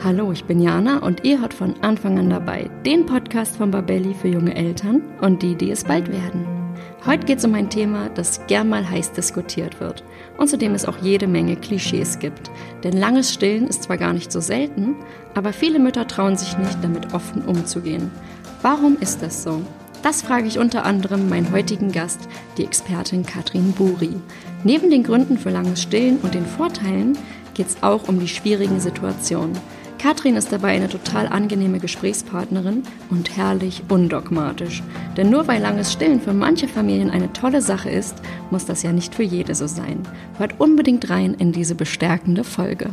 Hallo, ich bin Jana und ihr hört von Anfang an dabei den Podcast von Babelli für junge Eltern und die es bald werden. Heute geht es um ein Thema, das gern mal heiß diskutiert wird und zu dem es auch jede Menge Klischees gibt. Denn langes Stillen ist zwar gar nicht so selten, aber viele Mütter trauen sich nicht, damit offen umzugehen. Warum ist das so? Das frage ich unter anderem meinen heutigen Gast, die Expertin Katrin Buri. Neben den Gründen für langes Stillen und den Vorteilen geht es auch um die schwierigen Situationen. Katrin ist dabei eine total angenehme Gesprächspartnerin und herrlich undogmatisch. Denn nur weil langes Stillen für manche Familien eine tolle Sache ist, muss das ja nicht für jede so sein. Hört unbedingt rein in diese bestärkende Folge.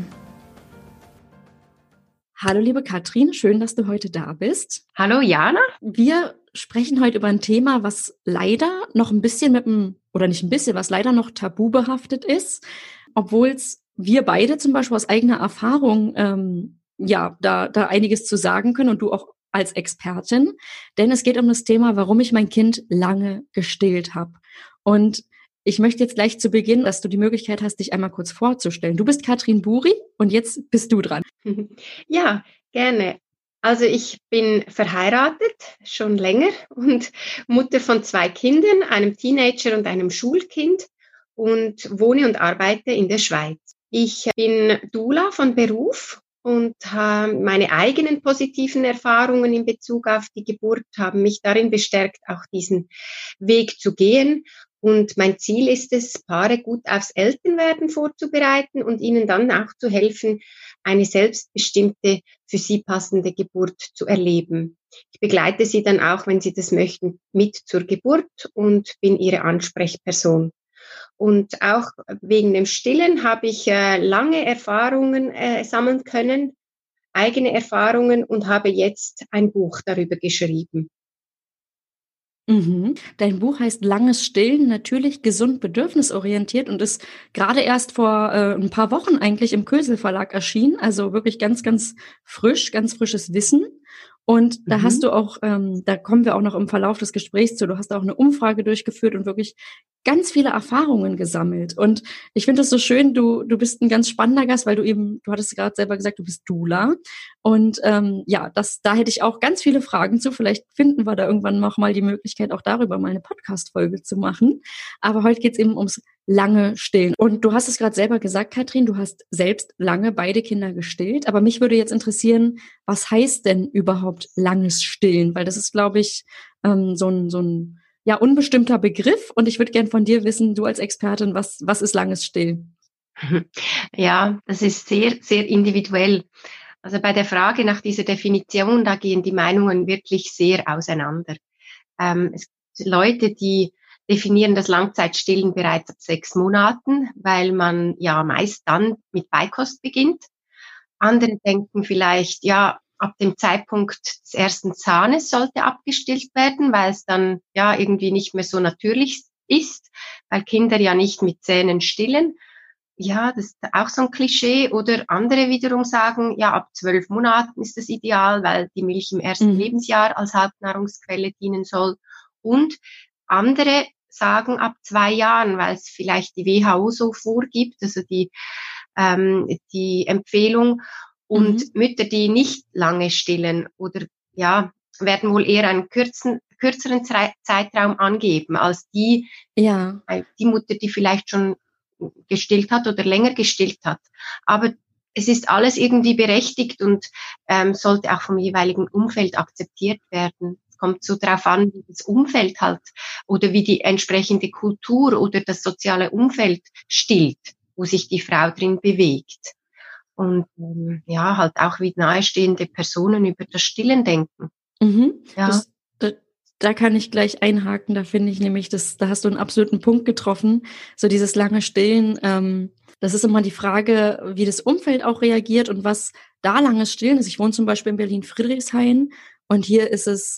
Hallo liebe Katrin, schön, dass du heute da bist. Hallo Jana. Wir sprechen heute über ein Thema, was leider noch ein bisschen was leider noch tabu behaftet ist, obwohl es wir beide zum Beispiel aus eigener Erfahrung da einiges zu sagen können und du auch als Expertin, denn es geht um das Thema, warum ich mein Kind lange gestillt habe. Und ich möchte jetzt gleich zu Beginn, dass du die Möglichkeit hast, dich einmal kurz vorzustellen. Du bist Katrin Buri und jetzt bist du dran. Ja, gerne. Also ich bin verheiratet, schon länger und Mutter von 2 Kindern, einem Teenager und einem Schulkind und wohne und arbeite in der Schweiz. Ich bin Doula von Beruf und meine eigenen positiven Erfahrungen in Bezug auf die Geburt haben mich darin bestärkt, auch diesen Weg zu gehen. Und mein Ziel ist es, Paare gut aufs Elternwerden vorzubereiten und ihnen dann auch zu helfen, eine selbstbestimmte, für sie passende Geburt zu erleben. Ich begleite sie dann auch, wenn sie das möchten, mit zur Geburt und bin ihre Ansprechperson. Und auch wegen dem Stillen habe ich lange Erfahrungen sammeln können, eigene Erfahrungen und habe jetzt ein Buch darüber geschrieben. Dein Buch heißt Langes Stillen, natürlich gesund bedürfnisorientiert und ist gerade erst vor ein paar Wochen eigentlich im Kösel Verlag erschienen. Also wirklich ganz, ganz frisches Wissen. Und da hast du auch, da kommen wir auch noch im Verlauf des Gesprächs zu, du hast auch eine Umfrage durchgeführt und wirklich ganz viele Erfahrungen gesammelt. Und ich finde das so schön, du bist ein ganz spannender Gast, weil du hattest gerade selber gesagt, du bist Doula. Und da hätte ich auch ganz viele Fragen zu. Vielleicht finden wir da irgendwann noch mal die Möglichkeit, auch darüber mal eine Podcast-Folge zu machen. Aber heute geht es eben ums lange Stillen. Und du hast es gerade selber gesagt, Katrin, du hast selbst lange beide Kinder gestillt. Aber mich würde jetzt interessieren, was heißt denn überhaupt langes Stillen? Weil das ist, glaube ich, so ein unbestimmter Begriff. Und ich würde gern von dir wissen, du als Expertin, was ist langes Stillen? Ja, das ist sehr, sehr individuell. Also bei der Frage nach dieser Definition, da gehen die Meinungen wirklich sehr auseinander. Es gibt Leute, die definieren das Langzeitstillen bereits ab 6 Monaten, weil man ja meist dann mit Beikost beginnt. Andere denken vielleicht, ja, ab dem Zeitpunkt des ersten Zahnes sollte abgestillt werden, weil es dann ja irgendwie nicht mehr so natürlich ist, weil Kinder ja nicht mit Zähnen stillen. Ja, das ist auch so ein Klischee. Oder andere wiederum sagen, ja, ab 12 Monaten ist das ideal, weil die Milch im ersten Lebensjahr als Hauptnahrungsquelle dienen soll. Und andere sagen ab 2 Jahren, weil es vielleicht die WHO so vorgibt, also die Empfehlung. Und Mütter, die nicht lange stillen oder ja, werden wohl eher einen kürzeren Zeitraum angeben als die Mutter, die vielleicht schon gestillt hat oder länger gestillt hat. Aber es ist alles irgendwie berechtigt und sollte auch vom jeweiligen Umfeld akzeptiert werden. Es kommt so darauf an, wie das Umfeld halt oder wie die entsprechende Kultur oder das soziale Umfeld stillt, wo sich die Frau drin bewegt. Und halt auch wie nahestehende Personen über das Stillen denken. Ja. Da kann ich gleich einhaken, da finde ich nämlich, da hast du einen absoluten Punkt getroffen. So dieses lange Stillen, das ist immer die Frage, wie das Umfeld auch reagiert und was da langes Stillen ist. Ich wohne zum Beispiel in Berlin-Friedrichshain und hier ist es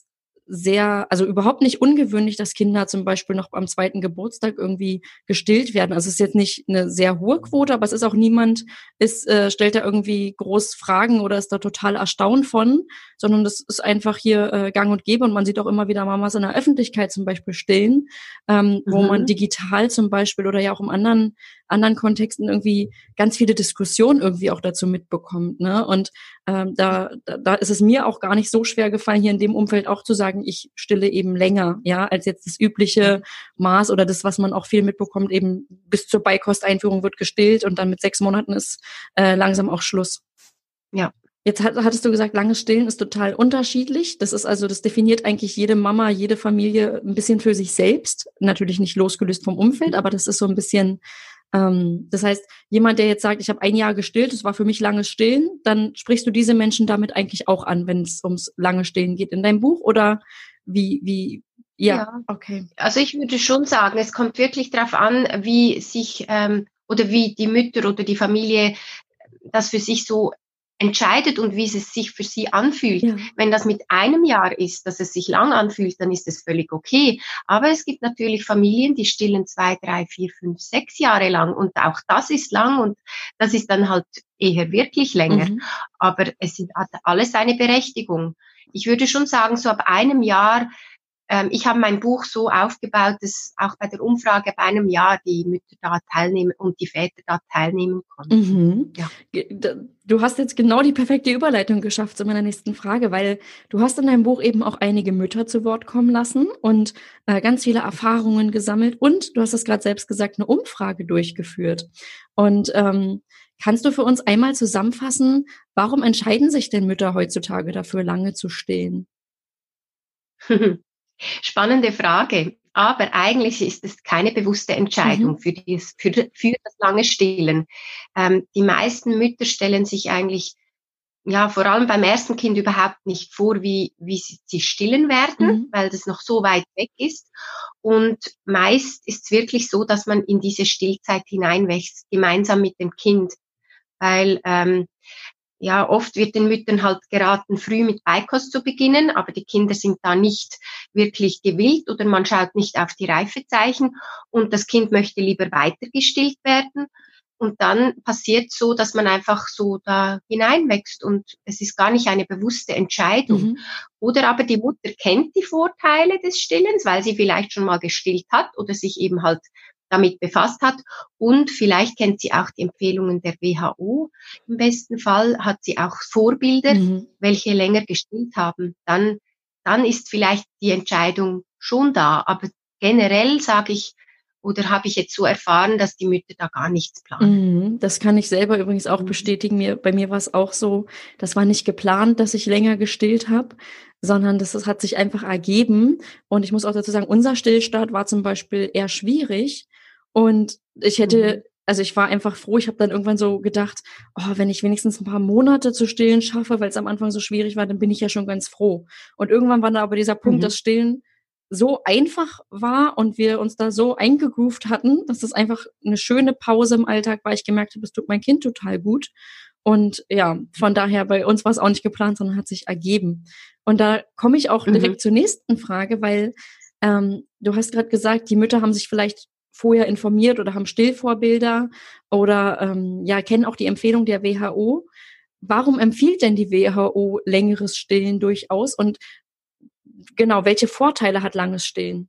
sehr, also überhaupt nicht ungewöhnlich, dass Kinder zum Beispiel noch am 2. Geburtstag irgendwie gestillt werden. Also es ist jetzt nicht eine sehr hohe Quote, aber es ist auch niemand, stellt da irgendwie groß Fragen oder ist da total erstaunt von, sondern das ist einfach hier gang und gäbe und man sieht auch immer wieder Mamas in der Öffentlichkeit zum Beispiel stillen, wo man digital zum Beispiel oder ja auch im anderen Kontexten irgendwie ganz viele Diskussionen irgendwie auch dazu mitbekommt, ne? Und da ist es mir auch gar nicht so schwer gefallen, hier in dem Umfeld auch zu sagen, ich stille eben länger, ja, als jetzt das übliche Maß oder das, was man auch viel mitbekommt, eben bis zur Beikosteinführung wird gestillt und dann mit 6 Monaten ist langsam auch Schluss. Ja. Jetzt hattest du gesagt, langes Stillen ist total unterschiedlich. Das ist also, das definiert eigentlich jede Mama, jede Familie ein bisschen für sich selbst. Natürlich nicht losgelöst vom Umfeld, aber das ist so ein bisschen, das heißt, jemand, der jetzt sagt, ich habe 1 Jahr gestillt, das war für mich langes Stillen, dann sprichst du diese Menschen damit eigentlich auch an, wenn es ums lange Stillen geht in deinem Buch oder wie, ja, okay. Also ich würde schon sagen, es kommt wirklich darauf an, wie sich oder wie die Mütter oder die Familie das für sich so entscheidet und wie es sich für sie anfühlt. Ja. Wenn das mit 1 Jahr ist, dass es sich lang anfühlt, dann ist es völlig okay. Aber es gibt natürlich Familien, die stillen 2, 3, 4, 5, 6 Jahre lang und auch das ist lang und das ist dann halt eher wirklich länger. Aber es hat alles seine Berechtigung. Ich würde schon sagen, so ab 1 Jahr, ich habe mein Buch so aufgebaut, dass auch bei der Umfrage bei 1 Jahr die Mütter da teilnehmen und die Väter da teilnehmen konnten. Ja. Du hast jetzt genau die perfekte Überleitung geschafft zu meiner nächsten Frage, weil du hast in deinem Buch eben auch einige Mütter zu Wort kommen lassen und ganz viele Erfahrungen gesammelt und du hast es gerade selbst gesagt, eine Umfrage durchgeführt. Und kannst du für uns einmal zusammenfassen, warum entscheiden sich denn Mütter heutzutage dafür, lange zu stillen? Spannende Frage. Aber eigentlich ist es keine bewusste Entscheidung für das lange Stillen. Die meisten Mütter stellen sich eigentlich, ja, vor allem beim ersten Kind überhaupt nicht vor, wie sie stillen werden, weil das noch so weit weg ist. Und meist ist es wirklich so, dass man in diese Stillzeit hineinwächst, gemeinsam mit dem Kind. Weil ja, oft wird den Müttern halt geraten, früh mit Beikost zu beginnen, aber die Kinder sind da nicht wirklich gewillt oder man schaut nicht auf die Reifezeichen und das Kind möchte lieber weiter gestillt werden. Und dann passiert so, dass man einfach so da hineinwächst und es ist gar nicht eine bewusste Entscheidung. Oder aber die Mutter kennt die Vorteile des Stillens, weil sie vielleicht schon mal gestillt hat oder sich eben halt damit befasst hat und vielleicht kennt sie auch die Empfehlungen der WHO. Im besten Fall hat sie auch Vorbilder, welche länger gestillt haben. Dann ist vielleicht die Entscheidung schon da. Aber generell sage ich, oder habe ich jetzt so erfahren, dass die Mütter da gar nichts planen. Das kann ich selber übrigens auch bestätigen. Bei mir war es auch so, das war nicht geplant, dass ich länger gestillt habe, sondern das hat sich einfach ergeben. Und ich muss auch dazu sagen, unser Stillstart war zum Beispiel eher schwierig. Und ich also ich war einfach froh, ich habe dann irgendwann so gedacht, oh, wenn ich wenigstens ein paar Monate zu stillen schaffe, weil es am Anfang so schwierig war, dann bin ich ja schon ganz froh. Und irgendwann war da aber dieser Punkt, dass Stillen so einfach war und wir uns da so eingegroovt hatten, dass das einfach eine schöne Pause im Alltag war. Ich gemerkt habe, es tut mein Kind total gut. Und ja, von daher, bei uns war es auch nicht geplant, sondern hat sich ergeben. Und da komme ich auch direkt zur nächsten Frage, weil du hast gerade gesagt, die Mütter haben sich vielleicht vorher informiert oder haben Stillvorbilder oder ja, kennen auch die Empfehlung der WHO. Warum empfiehlt denn die WHO längeres Stillen durchaus? Und genau, welche Vorteile hat langes Stillen?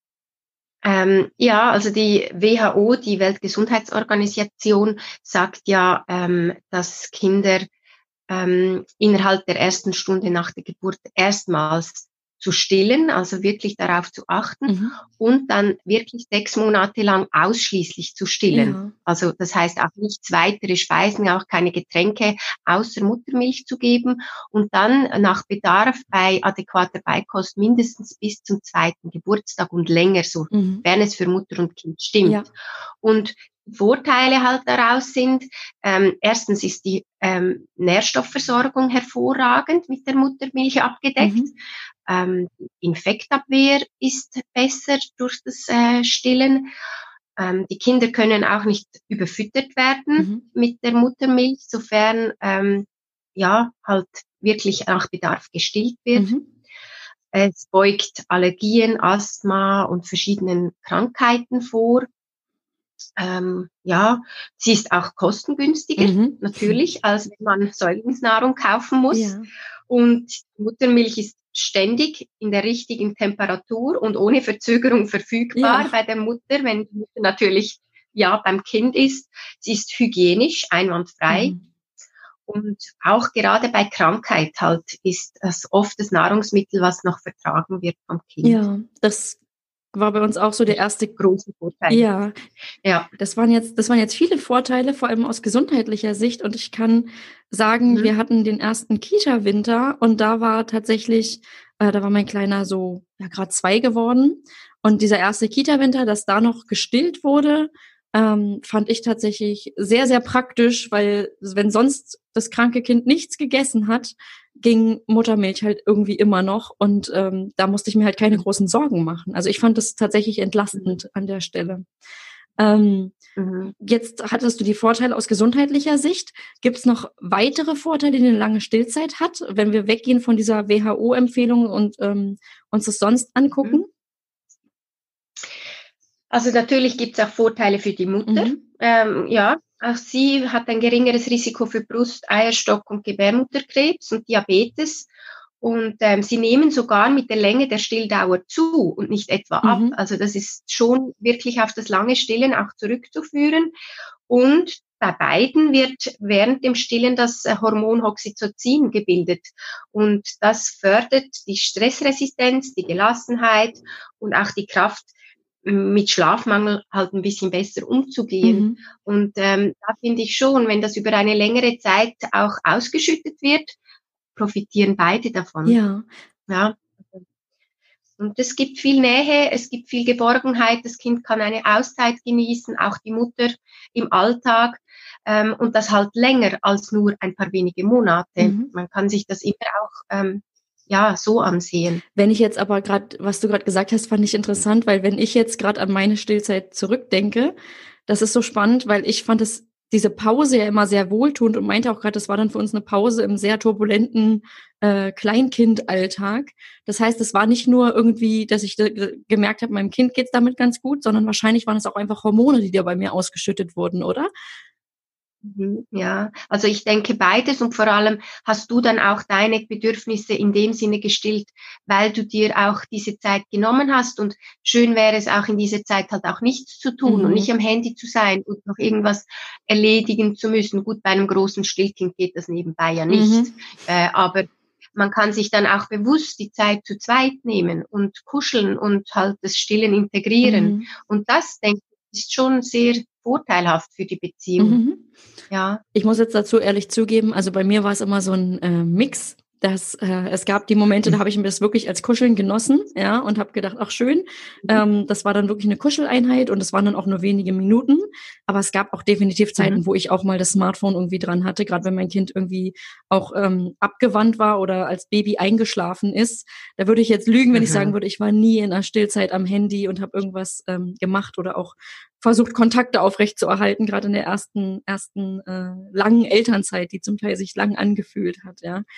Ja, also die WHO, die Weltgesundheitsorganisation, sagt ja, dass Kinder innerhalb der ersten Stunde nach der Geburt erstmals zu stillen, also wirklich darauf zu achten und dann wirklich 6 Monate lang ausschließlich zu stillen. Ja. Also das heißt auch nichts weitere Speisen, auch keine Getränke außer Muttermilch zu geben und dann nach Bedarf bei adäquater Beikost mindestens bis zum 2. Geburtstag und länger, sofern es für Mutter und Kind stimmt. Ja. Und Vorteile halt daraus sind, erstens ist die Nährstoffversorgung hervorragend mit der Muttermilch abgedeckt. Infektabwehr ist besser durch das Stillen. Die Kinder können auch nicht überfüttert werden mit der Muttermilch, sofern ja halt wirklich nach Bedarf gestillt wird. Es beugt Allergien, Asthma und verschiedenen Krankheiten vor. Ja, sie ist auch kostengünstiger, natürlich, als wenn man Säuglingsnahrung kaufen muss. Ja. Und Muttermilch ist ständig in der richtigen Temperatur und ohne Verzögerung verfügbar bei der Mutter, wenn die Mutter natürlich beim Kind ist. Sie ist hygienisch, einwandfrei. Und auch gerade bei Krankheit halt ist das oft das Nahrungsmittel, was noch vertragen wird vom Kind. Ja, das war bei uns auch so der erste große Vorteil. Ja. Das waren jetzt viele Vorteile, vor allem aus gesundheitlicher Sicht. Und ich kann sagen, wir hatten den ersten Kita-Winter und da war tatsächlich, da war mein Kleiner so gerade 2 geworden. Und dieser erste Kita-Winter, dass da noch gestillt wurde, fand ich tatsächlich sehr, sehr praktisch, weil wenn sonst das kranke Kind nichts gegessen hat, ging Muttermilch halt irgendwie immer noch und da musste ich mir halt keine großen Sorgen machen. Also ich fand das tatsächlich entlastend an der Stelle. Jetzt hattest du die Vorteile aus gesundheitlicher Sicht. Gibt es noch weitere Vorteile, die eine lange Stillzeit hat, wenn wir weggehen von dieser WHO-Empfehlung und uns das sonst angucken? Also natürlich gibt es auch Vorteile für die Mutter. Auch sie hat ein geringeres Risiko für Brust-, Eierstock- und Gebärmutterkrebs und Diabetes. Und sie nehmen sogar mit der Länge der Stilldauer zu und nicht etwa ab. Also das ist schon wirklich auf das lange Stillen auch zurückzuführen. Und bei beiden wird während dem Stillen das Hormon Oxytocin gebildet. Und das fördert die Stressresistenz, die Gelassenheit und auch die Kraft, mit Schlafmangel halt ein bisschen besser umzugehen. Und da finde ich schon, wenn das über eine längere Zeit auch ausgeschüttet wird, profitieren beide davon. Ja. Und es gibt viel Nähe, es gibt viel Geborgenheit, das Kind kann eine Auszeit genießen, auch die Mutter im Alltag. Und das halt länger als nur ein paar wenige Monate. Man kann sich das immer auch so ansehen. Wenn ich jetzt aber gerade, was du gerade gesagt hast, fand ich interessant, weil wenn ich jetzt gerade an meine Stillzeit zurückdenke, das ist so spannend, weil ich fand diese Pause ja immer sehr wohltuend und meinte auch gerade, das war dann für uns eine Pause im sehr turbulenten Kleinkindalltag. Das heißt, es war nicht nur irgendwie, dass ich gemerkt habe, meinem Kind geht's damit ganz gut, sondern wahrscheinlich waren es auch einfach Hormone, die da bei mir ausgeschüttet wurden, oder? Ja, also ich denke beides und vor allem hast du dann auch deine Bedürfnisse in dem Sinne gestillt, weil du dir auch diese Zeit genommen hast und schön wäre es auch in dieser Zeit halt auch nichts zu tun und nicht am Handy zu sein und noch irgendwas erledigen zu müssen. Gut, bei einem großen Stillkind geht das nebenbei ja nicht, aber man kann sich dann auch bewusst die Zeit zu zweit nehmen und kuscheln und halt das Stillen integrieren und das, denke ich, ist schon sehr vorteilhaft für die Beziehung. Ja. Ich muss jetzt dazu ehrlich zugeben, also bei mir war es immer so ein Mix. Es gab die Momente, da habe ich mir das wirklich als Kuscheln genossen, und habe gedacht, ach schön, das war dann wirklich eine Kuscheleinheit und es waren dann auch nur wenige Minuten, aber es gab auch definitiv Zeiten, wo ich auch mal das Smartphone irgendwie dran hatte, gerade wenn mein Kind irgendwie auch abgewandt war oder als Baby eingeschlafen ist. Da würde ich jetzt lügen, wenn ich sagen würde, ich war nie in einer Stillzeit am Handy und habe irgendwas gemacht oder auch versucht, Kontakte aufrechtzuerhalten, gerade in der ersten langen Elternzeit, die zum Teil sich lang angefühlt hat,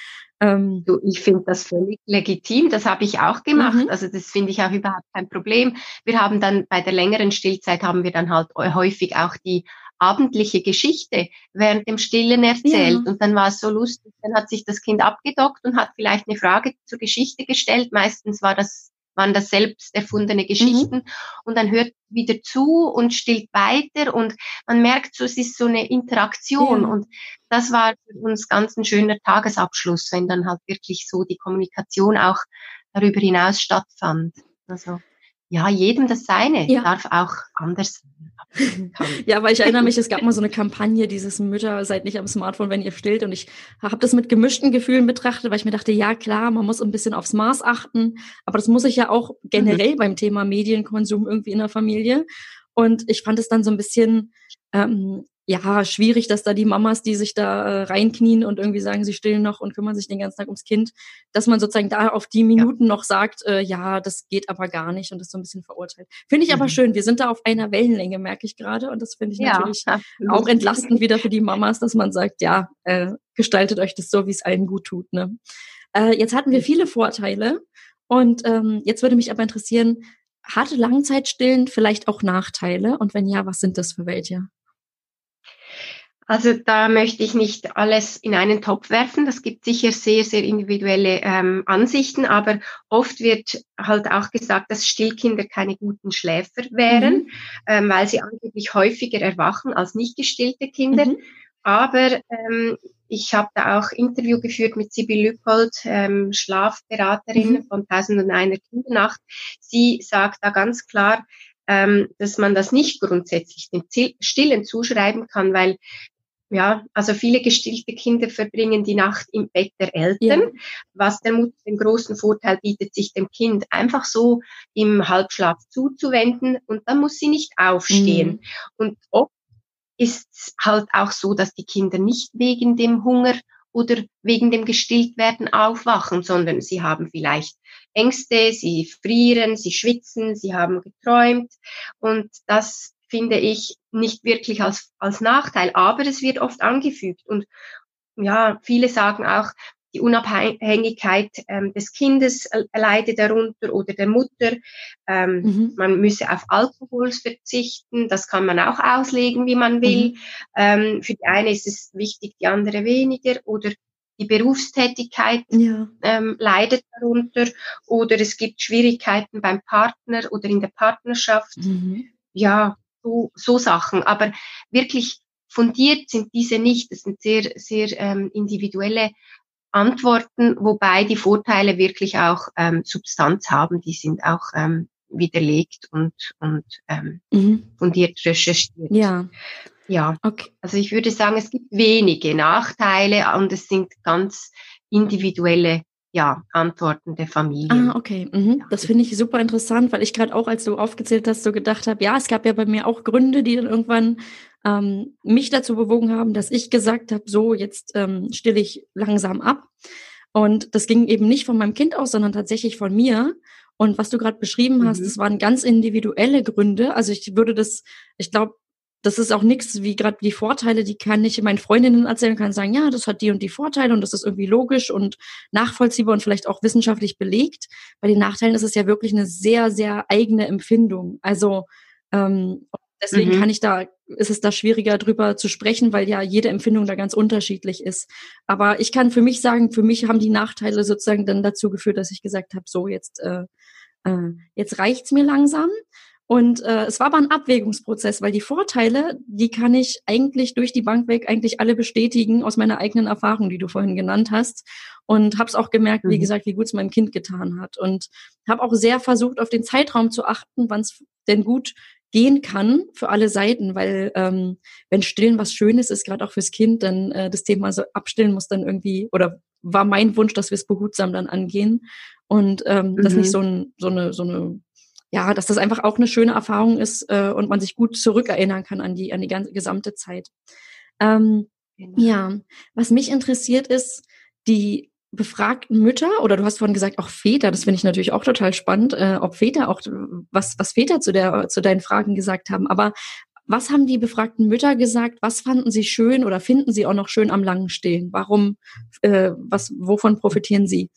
Ich finde das völlig legitim, das habe ich auch gemacht, also das finde ich auch überhaupt kein Problem. Wir haben dann bei der längeren Stillzeit haben wir dann halt häufig auch die abendliche Geschichte während dem Stillen erzählt und dann war es so lustig, dann hat sich das Kind abgedockt und hat vielleicht eine Frage zur Geschichte gestellt, meistens waren das selbst erfundene Geschichten und dann hört wieder zu und stillt weiter und man merkt so, es ist so eine Interaktion und das war für uns ganz ein schöner Tagesabschluss, wenn dann halt wirklich so die Kommunikation auch darüber hinaus stattfand. Also ja, jedem das Seine, darf auch anders sein. Ja, weil ich erinnere mich, es gab mal so eine Kampagne, dieses Mütter seid nicht am Smartphone, wenn ihr stillt und ich habe das mit gemischten Gefühlen betrachtet, weil ich mir dachte, ja klar, man muss ein bisschen aufs Maß achten, aber das muss ich ja auch generell beim Thema Medienkonsum irgendwie in der Familie und ich fand es dann so ein bisschen schwierig, dass da die Mamas, die sich da reinknien und irgendwie sagen, sie stillen noch und kümmern sich den ganzen Tag ums Kind, dass man sozusagen da auf die Minuten noch sagt, das geht aber gar nicht und das so ein bisschen verurteilt. Finde ich aber schön, wir sind da auf einer Wellenlänge, merke ich gerade und das finde ich natürlich auch entlastend wieder für die Mamas, dass man sagt, gestaltet euch das so, wie es allen gut tut. Ne? Jetzt hatten wir viele Vorteile Und jetzt würde mich aber interessieren, hat Langzeitstillen vielleicht auch Nachteile? Und wenn ja, was sind das für welche? Also da möchte ich nicht alles in einen Topf werfen. Das gibt sicher sehr, sehr individuelle Ansichten, aber oft wird halt auch gesagt, dass Stillkinder keine guten Schläfer wären, Mhm. weil sie angeblich häufiger erwachen als nicht gestillte Kinder. Mhm. Aber ich habe da auch Interview geführt mit Sibyl Lüppold, Schlafberaterin Mhm. von 1001 Kindernacht. Sie sagt da ganz klar, dass man das nicht grundsätzlich dem Stillen zuschreiben kann, weil ja, also viele gestillte Kinder verbringen die Nacht im Bett der Eltern, Ja. was der Mutter den großen Vorteil bietet, sich dem Kind einfach so im Halbschlaf zuzuwenden und dann muss sie nicht aufstehen. Mhm. Und oft ist es halt auch so, dass die Kinder nicht wegen dem Hunger oder wegen dem Gestilltwerden aufwachen, sondern sie haben vielleicht Ängste, sie frieren, sie schwitzen, sie haben geträumt und das finde ich nicht wirklich als Nachteil, aber es wird oft angefügt und ja, viele sagen auch, die Unabhängigkeit des Kindes leidet darunter oder der Mutter. Mhm. Man müsse auf Alkohol verzichten. Das kann man auch auslegen, wie man will. Mhm. Für die eine ist es wichtig, die andere weniger. Oder die Berufstätigkeit Ja. leidet darunter. Oder es gibt Schwierigkeiten beim Partner oder in der Partnerschaft. Mhm. Ja, so Sachen. Aber wirklich fundiert sind diese nicht. Das sind sehr, sehr individuelle Antworten, wobei die Vorteile wirklich auch Substanz haben. Die sind auch widerlegt und Mhm. fundiert recherchiert. Ja. Ja, Okay. also ich würde sagen, es gibt wenige Nachteile und es sind ganz individuelle ja, Antworten der Ah, Familien. okay. Mhm. Ja. Das finde ich super interessant, weil ich gerade auch, als du aufgezählt hast, so gedacht habe, ja, es gab ja bei mir auch Gründe, die dann irgendwann mich dazu bewogen haben, dass ich gesagt habe, so, jetzt stille ich langsam ab. Und das ging eben nicht von meinem Kind aus, sondern tatsächlich von mir. Und was du gerade beschrieben hast, Mhm. das waren ganz individuelle Gründe. Also ich glaube, das ist auch nichts wie gerade die Vorteile, die kann ich meinen Freundinnen erzählen, kann sagen, ja, das hat die und die Vorteile und das ist irgendwie logisch und nachvollziehbar und vielleicht auch wissenschaftlich belegt. Bei den Nachteilen ist es ja wirklich eine sehr, sehr eigene Empfindung. Also deswegen Mhm. ist es da schwieriger drüber zu sprechen, weil ja jede Empfindung da ganz unterschiedlich ist. Aber ich kann für mich sagen, für mich haben die Nachteile sozusagen dann dazu geführt, dass ich gesagt habe, so jetzt reicht's mir langsam. Und es war aber ein Abwägungsprozess, weil die Vorteile, die kann ich eigentlich durch die Bank weg eigentlich alle bestätigen aus meiner eigenen Erfahrung, die du vorhin genannt hast. Und habe es auch gemerkt, wie Mhm. gesagt, wie gut es meinem Kind getan hat. Und habe auch sehr versucht, auf den Zeitraum zu achten, wann es denn gut gehen kann für alle Seiten, weil wenn Stillen was Schönes ist, gerade auch fürs Kind, dann das Thema so abstillen muss dann irgendwie, oder war mein Wunsch, dass wir es behutsam dann angehen und das nicht Mhm. so eine ja, dass das einfach auch eine schöne Erfahrung ist und man sich gut zurückerinnern kann an die ganze gesamte Zeit. Ähm, Genau. ja, was mich interessiert ist, die befragten Mütter, oder du hast vorhin gesagt, auch Väter, das finde ich natürlich auch total spannend, ob Väter auch, was Väter zu deinen Fragen gesagt haben. Aber was haben die befragten Mütter gesagt? Was fanden sie schön oder finden sie auch noch schön am langen Stillen? Wovon profitieren sie?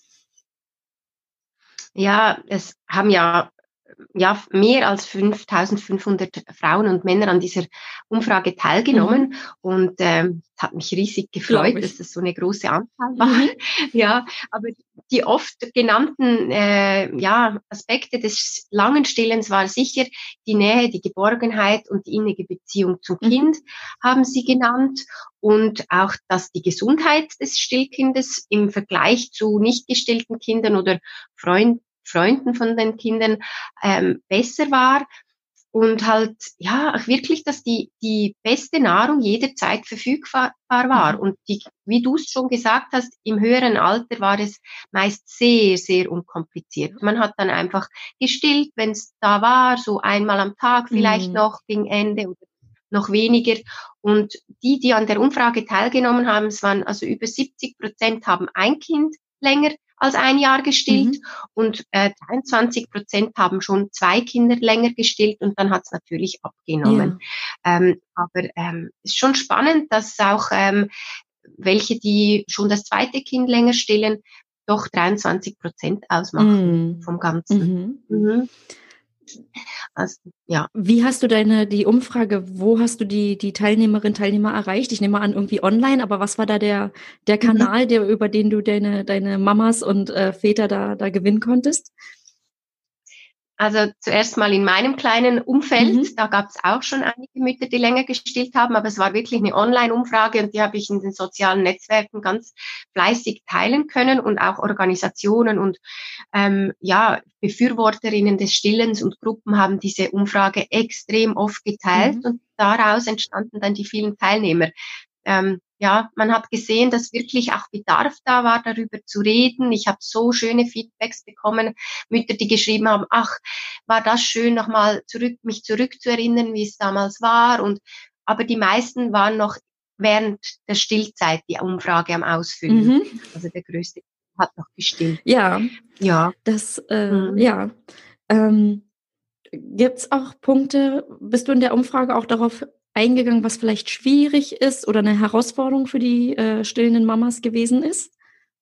Ja, es haben ja, mehr als 5.500 Frauen und Männer an dieser Umfrage teilgenommen Mhm, und es hat mich riesig glaube gefreut, dass ich. das so eine große Anzahl war. Mhm, Ja, aber die oft genannten ja, Aspekte des langen Stillens war sicher die Nähe, die Geborgenheit und die innige Beziehung zum mhm, Kind, haben sie genannt. Und auch, dass die Gesundheit des Stillkindes im Vergleich zu nicht gestillten Kindern oder Freunden von den Kindern besser war und halt, ja, auch wirklich, dass die beste Nahrung jederzeit verfügbar war. mhm. Und wie du es schon gesagt hast, im höheren Alter war es meist sehr, sehr unkompliziert. Ja. Man hat dann einfach gestillt, wenn es da war, so einmal am Tag vielleicht Mhm. noch gegen Ende oder noch weniger. Und die an der Umfrage teilgenommen haben, es waren also über 70% haben ein Kind länger als ein Jahr gestillt Mhm. und 23% haben schon zwei Kinder länger gestillt und dann hat es natürlich abgenommen. Ja. Aber ist schon spannend, dass auch welche, die schon das zweite Kind länger stillen, doch 23% ausmachen vom Ganzen. Also, ja. Wie hast du die Umfrage, wo hast du die Teilnehmer erreicht? Ich nehme an, irgendwie online, aber was war da der Kanal, über den du deine Mamas und Väter da gewinnen konntest? Also zuerst mal in meinem kleinen Umfeld, da gab es auch schon einige Mütter, die länger gestillt haben, aber es war wirklich eine Online-Umfrage und die habe ich in den sozialen Netzwerken ganz fleißig teilen können und auch Organisationen und Befürworterinnen des Stillens und Gruppen haben diese Umfrage extrem oft geteilt und daraus entstanden dann die vielen Teilnehmer. Man hat gesehen, dass wirklich auch Bedarf da war, darüber zu reden. Ich habe so schöne Feedbacks bekommen, Mütter, die geschrieben haben, ach, war das schön, nochmal mich zurückzuerinnern, wie es damals war. Aber die meisten waren noch während der Stillzeit die Umfrage am Ausfüllen. Also der größte hat noch gestillt. Ja. Ja. Gibt's auch Punkte, bist du in der Umfrage auch darauf eingegangen, was vielleicht schwierig ist oder eine Herausforderung für die stillenden Mamas gewesen ist?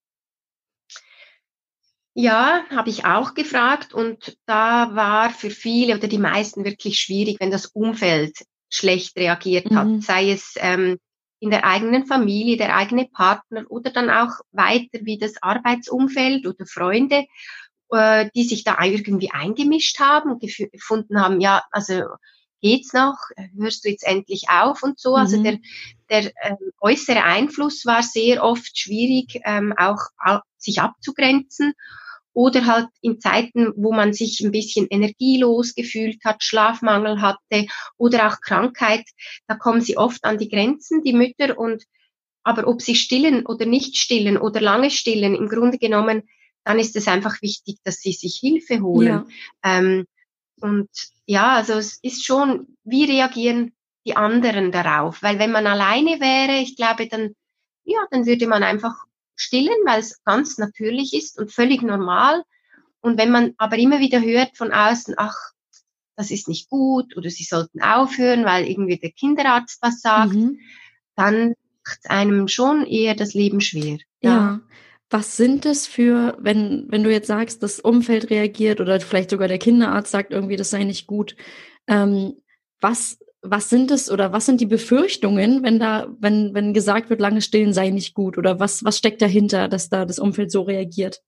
Ja, habe ich auch gefragt und da war für viele oder die meisten wirklich schwierig, wenn das Umfeld schlecht reagiert hat, sei es in der eigenen Familie, der eigene Partner oder dann auch weiter wie das Arbeitsumfeld oder Freunde, die sich da irgendwie eingemischt haben und gefunden haben, ja, also geht's noch? Hörst du jetzt endlich auf und so? Also der äußere Einfluss war sehr oft schwierig, auch sich abzugrenzen. Oder halt in Zeiten, wo man sich ein bisschen energielos gefühlt hat, Schlafmangel hatte oder auch Krankheit, da kommen sie oft an die Grenzen, die Mütter. Aber ob sie stillen oder nicht stillen oder lange stillen, im Grunde genommen, dann ist es einfach wichtig, dass sie sich Hilfe holen. Ja. Also es ist schon, wie reagieren die anderen darauf? Weil wenn man alleine wäre, ich glaube, dann würde man einfach stillen, weil es ganz natürlich ist und völlig normal. Und wenn man aber immer wieder hört von außen, ach, das ist nicht gut oder sie sollten aufhören, weil irgendwie der Kinderarzt was sagt, dann macht einem schon eher das Leben schwer. Ja. Was sind es für, wenn du jetzt sagst, das Umfeld reagiert oder vielleicht sogar der Kinderarzt sagt irgendwie, das sei nicht gut, was sind es oder was sind die Befürchtungen, wenn gesagt wird, lange Stillen sei nicht gut oder was steckt dahinter, dass da das Umfeld so reagiert?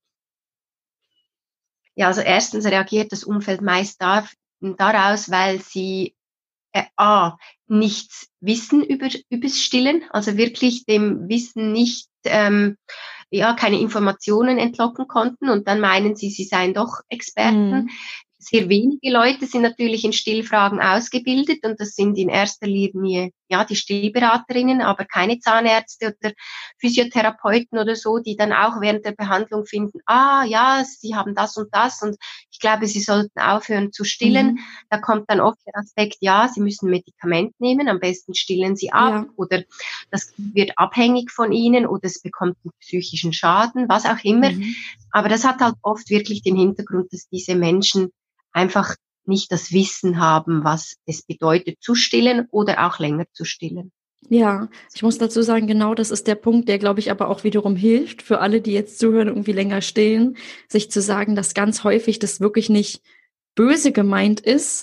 Ja, also erstens reagiert das Umfeld meist daraus, weil sie nichts wissen übers Stillen, also wirklich dem Wissen nicht, keine Informationen entlocken konnten und dann meinen sie seien doch Experten. Sehr wenige Leute sind natürlich in Stillfragen ausgebildet und das sind in erster Linie die Stillberaterinnen, aber keine Zahnärzte oder Physiotherapeuten oder so, die dann auch während der Behandlung finden, sie haben das und ich glaube, sie sollten aufhören zu stillen. Da kommt dann oft der Aspekt, sie müssen Medikament nehmen, am besten stillen sie ab oder das wird abhängig von ihnen oder es bekommt einen psychischen Schaden, was auch immer. Aber das hat halt oft wirklich den Hintergrund, dass diese Menschen einfach nicht das Wissen haben, was es bedeutet zu stillen oder auch länger zu stillen. Ja, ich muss dazu sagen, genau das ist der Punkt, der, glaube ich, aber auch wiederum hilft für alle, die jetzt zuhören, irgendwie länger stillen, sich zu sagen, dass ganz häufig das wirklich nicht böse gemeint ist,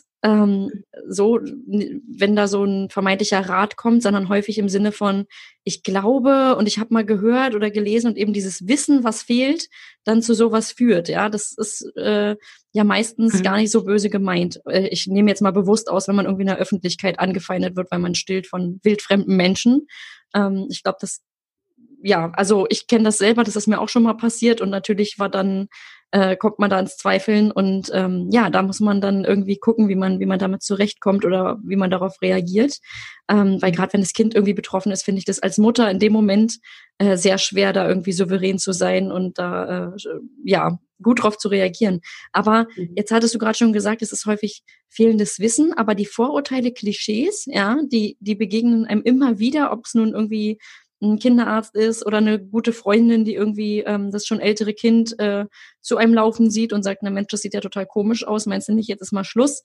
wenn da so ein vermeintlicher Rat kommt, sondern häufig im Sinne von, ich glaube und ich habe mal gehört oder gelesen und eben dieses Wissen, was fehlt, dann zu sowas führt. Ja, das ist meistens gar nicht so böse gemeint. Ich nehme jetzt mal bewusst aus, wenn man irgendwie in der Öffentlichkeit angefeindet wird, weil man stillt von wildfremden Menschen. Ich glaube, also ich kenne das selber, das ist mir auch schon mal passiert und natürlich kommt man da ins Zweifeln und da muss man dann irgendwie gucken, wie man damit zurechtkommt oder wie man darauf reagiert. Weil gerade wenn das Kind irgendwie betroffen ist, finde ich das als Mutter in dem Moment sehr schwer, da irgendwie souverän zu sein und da gut drauf zu reagieren. Aber jetzt hattest du gerade schon gesagt, es ist häufig fehlendes Wissen, aber die Vorurteile, Klischees, die begegnen einem immer wieder, ob es nun irgendwie ein Kinderarzt ist oder eine gute Freundin, die irgendwie das schon ältere Kind zu einem laufen sieht und sagt, na Mensch, das sieht ja total komisch aus, meinst du nicht, jetzt ist mal Schluss.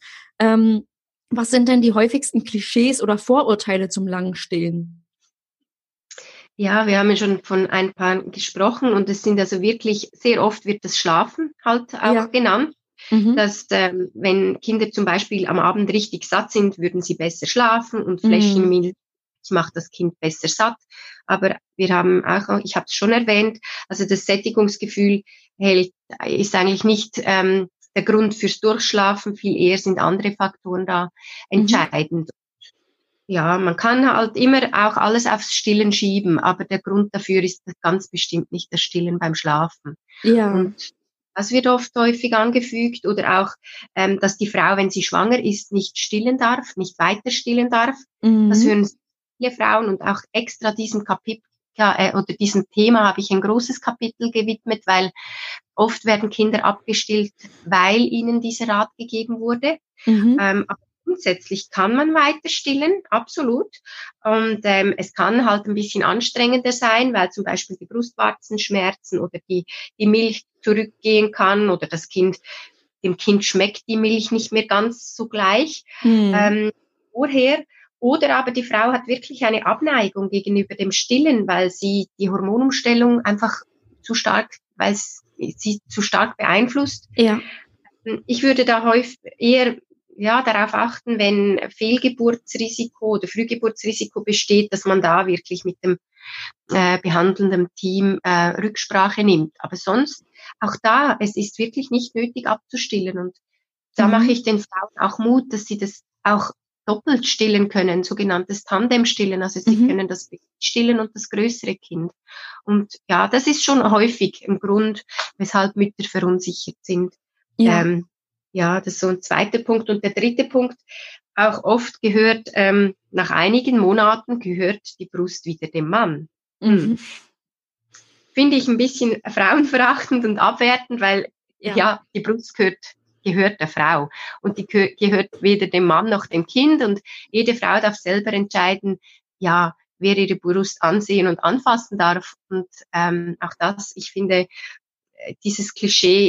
Was sind denn die häufigsten Klischees oder Vorurteile zum langen Stillen? Ja, wir haben ja schon von ein paar gesprochen und es sind also wirklich, sehr oft wird das Schlafen halt auch Ja. genannt, Mhm. dass wenn Kinder zum Beispiel am Abend richtig satt sind, würden sie besser schlafen und Mhm. Fläschchenmilch macht das Kind besser satt. Aber wir haben auch, ich habe es schon erwähnt, also das Sättigungsgefühl ist eigentlich nicht der Grund fürs Durchschlafen, viel eher sind andere Faktoren da Mhm. entscheidend. Ja, man kann halt immer auch alles aufs Stillen schieben, aber der Grund dafür ist ganz bestimmt nicht das Stillen beim Schlafen. Ja. Und das wird oft häufig angefügt oder auch, dass die Frau, wenn sie schwanger ist, nicht stillen darf, nicht weiter stillen darf. Das Mhm. hören viele Frauen und auch extra diesem Kapitel oder diesem Thema habe ich ein großes Kapitel gewidmet, weil oft werden Kinder abgestillt, weil ihnen dieser Rat gegeben wurde. Mhm. Aber grundsätzlich kann man weiter stillen, absolut. Und es kann halt ein bisschen anstrengender sein, weil zum Beispiel die Brustwarzen schmerzen oder die Milch zurückgehen kann oder dem Kind schmeckt die Milch nicht mehr ganz so gleich Mhm. vorher. Oder aber die Frau hat wirklich eine Abneigung gegenüber dem Stillen, weil sie die Hormonumstellung einfach zu stark, weil es sie zu stark beeinflusst. Ja. Ich würde da häufig eher darauf achten, wenn Fehlgeburtsrisiko oder Frühgeburtsrisiko besteht, dass man da wirklich mit dem behandelnden Team Rücksprache nimmt. Aber sonst, auch da, es ist wirklich nicht nötig abzustillen. Und da mache ich Mhm. den Frauen auch Mut, dass sie das auch doppelt stillen können, sogenanntes Tandem-Stillen. Also sie Mhm. können das Baby stillen und das größere Kind. Und ja, das ist schon häufig ein Grund, weshalb Mütter verunsichert sind. Ja. Ähm, ja, das ist so ein zweiter Punkt. Und der dritte Punkt, auch oft gehört, nach einigen Monaten gehört die Brust wieder dem Mann. Hm. Mhm. Finde ich ein bisschen frauenverachtend und abwertend, weil Ja. ja, die Brust gehört der Frau und die gehört weder dem Mann noch dem Kind und jede Frau darf selber entscheiden, ja, wer ihre Brust ansehen und anfassen darf. Und auch das, ich finde, dieses Klischee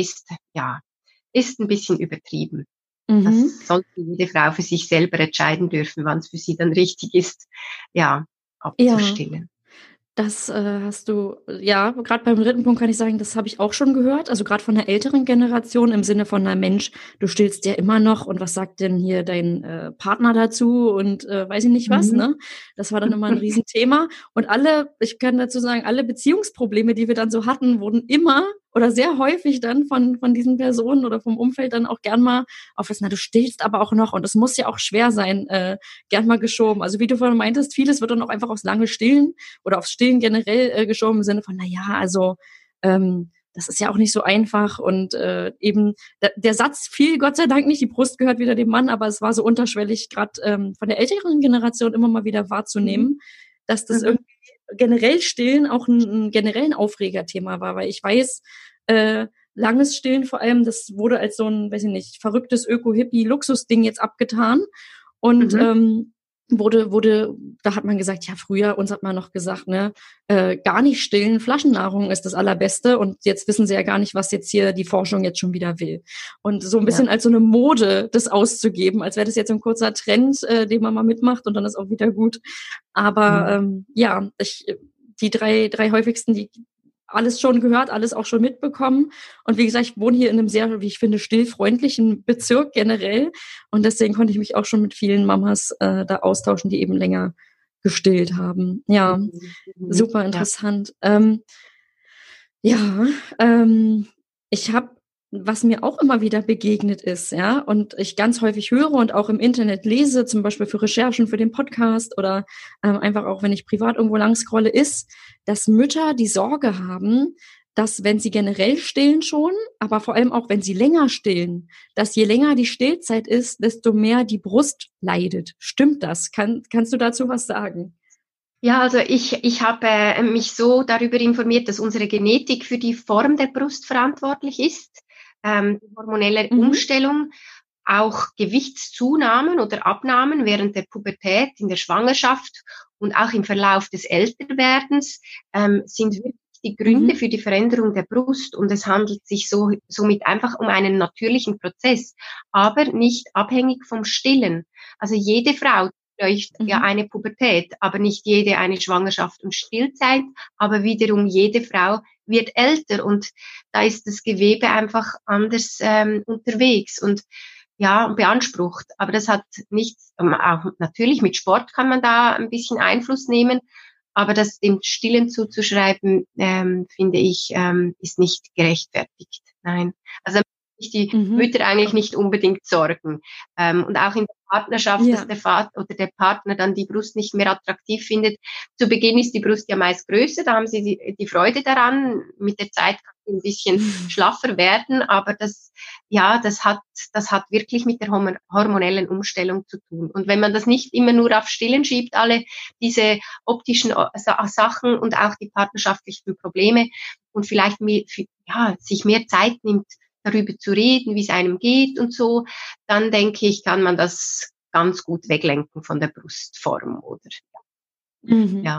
ist ein bisschen übertrieben. Mhm. Das sollte jede Frau für sich selber entscheiden dürfen, wann es für sie dann richtig ist, ja, Ja. abzustillen. Das, hast du ja, gerade beim dritten Punkt kann ich sagen, das habe ich auch schon gehört, also gerade von der älteren Generation im Sinne von: „Na Mensch, du stillst ja immer noch und was sagt denn hier dein, Partner dazu?“ und, weiß ich nicht was, Mhm. ne? Das war dann immer 'n Riesenthema und ich kann dazu sagen, alle Beziehungsprobleme, die wir dann so hatten, wurden immer oder sehr häufig dann von diesen Personen oder vom Umfeld dann auch gern mal auf das: „Na, du stillst aber auch noch und es muss ja auch schwer sein“, gern mal geschoben. Also, wie du vorhin meintest, vieles wird dann auch einfach aufs lange Stillen oder aufs Stillen generell geschoben im Sinne von, na ja, also das ist ja auch nicht so einfach und eben der Satz fiel Gott sei Dank nicht, die Brust gehört wieder dem Mann, aber es war so unterschwellig, gerade von der älteren Generation immer mal wieder Mhm. wahrzunehmen, dass das Mhm. irgendwie generell Stillen auch ein generell ein Aufregerthema war, weil ich weiß, langes Stillen vor allem, das wurde als so ein, weiß ich nicht, verrücktes Öko-Hippie-Luxusding jetzt abgetan und Mhm. wurde da hat man gesagt, ja, früher uns hat man noch gesagt, ne, gar nicht stillen, Flaschennahrung ist das Allerbeste und jetzt wissen sie ja gar nicht, was jetzt hier die Forschung jetzt schon wieder will. Und so ein Ja. bisschen als so eine Mode, das auszugeben, als wäre das jetzt so ein kurzer Trend, den man mal mitmacht und dann ist auch wieder gut. Aber, Mhm. ja, die drei häufigsten, die alles schon gehört, alles auch schon mitbekommen. Und wie gesagt, ich wohne hier in einem sehr, wie ich finde, stillfreundlichen Bezirk generell. Und deswegen konnte ich mich auch schon mit vielen Mamas da austauschen, die eben länger gestillt haben. Ja, Mhm. Mhm. super Ja. interessant. Ja, ich habe was mir auch immer wieder begegnet ist, ja, und ich ganz häufig höre und auch im Internet lese, zum Beispiel für Recherchen für den Podcast oder einfach auch, wenn ich privat irgendwo lang scrolle, ist, dass Mütter die Sorge haben, dass wenn sie generell stillen schon, aber vor allem auch, wenn sie länger stillen, dass je länger die Stillzeit ist, desto mehr die Brust leidet. Stimmt das? Kannst du dazu was sagen? Ja, also ich habe mich so darüber informiert, dass unsere Genetik für die Form der Brust verantwortlich ist, die hormonelle Mhm. Umstellung, auch Gewichtszunahmen oder Abnahmen während der Pubertät, in der Schwangerschaft und auch im Verlauf des Älterwerdens sind wirklich die Gründe Mhm. für die Veränderung der Brust und es handelt sich somit einfach um einen natürlichen Prozess, aber nicht abhängig vom Stillen. Also jede Frau durchläuft ja eine Pubertät, aber nicht jede eine Schwangerschaft und Stillzeit, aber wiederum jede Frau wird älter und da ist das Gewebe einfach anders unterwegs und ja, beansprucht. Aber das hat nichts, auch natürlich mit Sport kann man da ein bisschen Einfluss nehmen, aber das dem Stillen zuzuschreiben, finde ich, ist nicht gerechtfertigt. Nein. Also die Mütter eigentlich nicht unbedingt sorgen. Und auch in der Partnerschaft, dass der Vater oder der Partner dann die Brust nicht mehr attraktiv findet. Zu Beginn ist die Brust ja meist größer, da haben sie die Freude daran. Mit der Zeit kann sie ein bisschen schlaffer werden, aber das hat wirklich mit der hormonellen Umstellung zu tun. Und wenn man das nicht immer nur auf Stillen schiebt, alle diese optischen Sachen und auch die partnerschaftlichen Probleme und vielleicht sich mehr Zeit nimmt, darüber zu reden, wie es einem geht und so, dann denke ich, kann man das ganz gut weglenken von der Brustform, oder? Ja.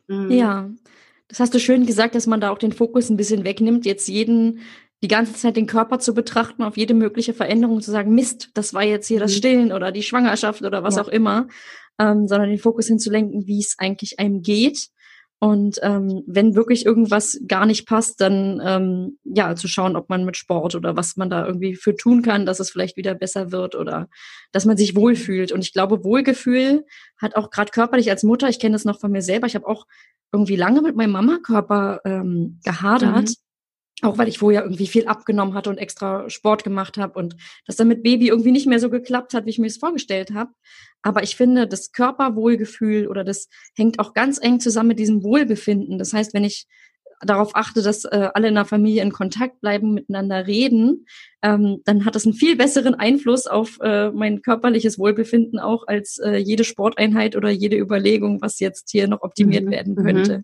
Ja, das hast du schön gesagt, dass man da auch den Fokus ein bisschen wegnimmt, jetzt die ganze Zeit den Körper zu betrachten, auf jede mögliche Veränderung zu sagen, Mist, das war jetzt hier das Stillen oder die Schwangerschaft oder was auch immer, sondern den Fokus hinzulenken, wie es eigentlich einem geht. Und wenn wirklich irgendwas gar nicht passt, dann zu schauen, ob man mit Sport oder was man da irgendwie für tun kann, dass es vielleicht wieder besser wird oder dass man sich wohlfühlt. Und ich glaube, Wohlgefühl hat auch gerade körperlich als Mutter, ich kenne das noch von mir selber, ich habe auch irgendwie lange mit meinem Mama-Körper gehadert. Auch weil ich vorher irgendwie viel abgenommen hatte und extra Sport gemacht habe und das dann mit Baby irgendwie nicht mehr so geklappt hat, wie ich mir es vorgestellt habe. Aber ich finde, das Körperwohlgefühl oder das hängt auch ganz eng zusammen mit diesem Wohlbefinden. Das heißt, wenn ich darauf achte, dass alle in der Familie in Kontakt bleiben, miteinander reden, dann hat das einen viel besseren Einfluss auf mein körperliches Wohlbefinden auch als jede Sporteinheit oder jede Überlegung, was jetzt hier noch optimiert werden könnte.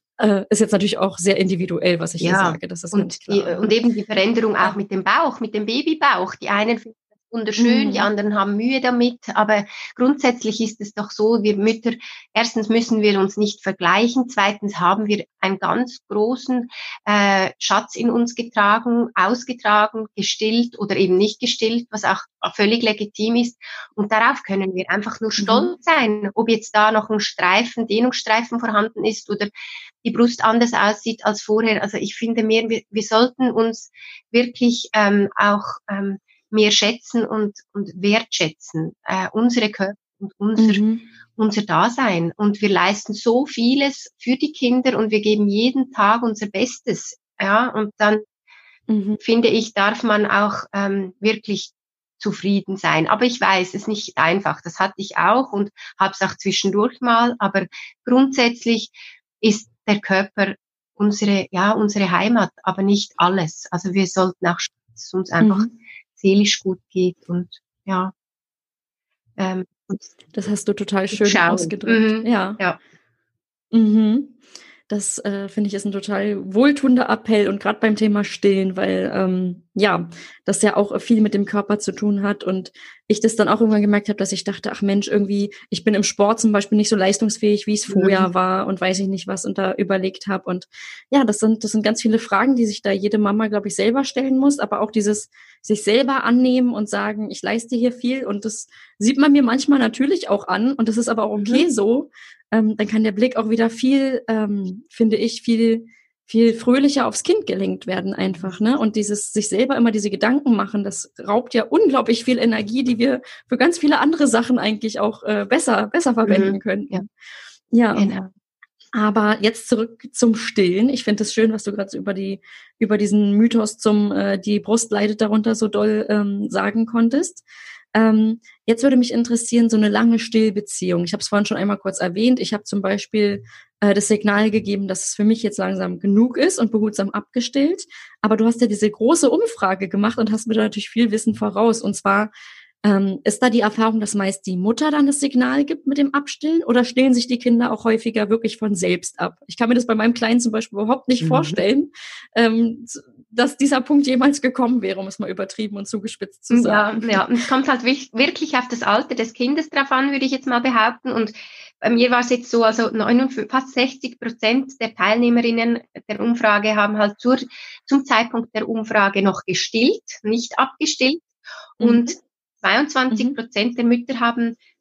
Ist jetzt natürlich auch sehr individuell, was ich hier sage. Das ist ganz klar. Und eben die Veränderung auch mit dem Bauch, mit dem Babybauch. Die einen finden das wunderschön, die anderen haben Mühe damit. Aber grundsätzlich ist es doch so, wir Mütter, erstens müssen wir uns nicht vergleichen. Zweitens haben wir einen ganz großen Schatz in uns ausgetragen, gestillt oder eben nicht gestillt, was auch völlig legitim ist. Und darauf können wir einfach nur stolz sein, ob jetzt da noch ein Dehnungsstreifen vorhanden ist oder die Brust anders aussieht als vorher. Also ich finde wir sollten uns wirklich auch mehr schätzen und wertschätzen, unsere Körper und unser Dasein. Und wir leisten so vieles für die Kinder und wir geben jeden Tag unser Bestes. Ja, und dann finde ich, darf man auch wirklich zufrieden sein. Aber ich weiß, es ist nicht einfach. Das hatte ich auch und habe es auch zwischendurch mal. Aber grundsätzlich ist der Körper unsere Heimat, aber nicht alles. Also wir sollten auch schauen, dass es uns einfach seelisch gut geht und das hast du total schön ausgedrückt. Ja. Das finde ich ist ein total wohltuender Appell und gerade beim Thema Stillen, weil das ja auch viel mit dem Körper zu tun hat und ich das dann auch irgendwann gemerkt habe, dass ich dachte, ach Mensch, irgendwie, ich bin im Sport zum Beispiel nicht so leistungsfähig, wie es vorher war und weiß ich nicht was und da überlegt habe und ja, das sind ganz viele Fragen, die sich da jede Mama, glaube ich, selber stellen muss, aber auch dieses sich selber annehmen und sagen, ich leiste hier viel und das sieht man mir manchmal natürlich auch an und das ist aber auch okay so. Dann kann der Blick auch wieder viel fröhlicher aufs Kind gelenkt werden einfach, ne? Und dieses sich selber immer diese Gedanken machen, das raubt ja unglaublich viel Energie, die wir für ganz viele andere Sachen eigentlich auch besser verwenden könnten. Ja. Genau. Aber jetzt zurück zum Stillen. Ich finde es schön, was du gerade so über diesen Mythos die Brust leidet darunter so doll sagen konntest. Jetzt würde mich interessieren, so eine lange Stillbeziehung. Ich habe es vorhin schon einmal kurz erwähnt. Ich habe zum Beispiel das Signal gegeben, dass es für mich jetzt langsam genug ist und behutsam abgestillt. Aber du hast ja diese große Umfrage gemacht und hast mir da natürlich viel Wissen voraus. Und zwar ist da die Erfahrung, dass meist die Mutter dann das Signal gibt mit dem Abstillen oder stillen sich die Kinder auch häufiger wirklich von selbst ab? Ich kann mir das bei meinem Kleinen zum Beispiel überhaupt nicht vorstellen, dass dieser Punkt jemals gekommen wäre, um es mal übertrieben und zugespitzt zu sagen. Ja, es kommt halt wirklich auf das Alter des Kindes drauf an, würde ich jetzt mal behaupten. Und bei mir war es jetzt so, also fast 60% der Teilnehmerinnen der Umfrage haben halt zum Zeitpunkt der Umfrage noch gestillt, nicht abgestillt. Und 22% der Mütter haben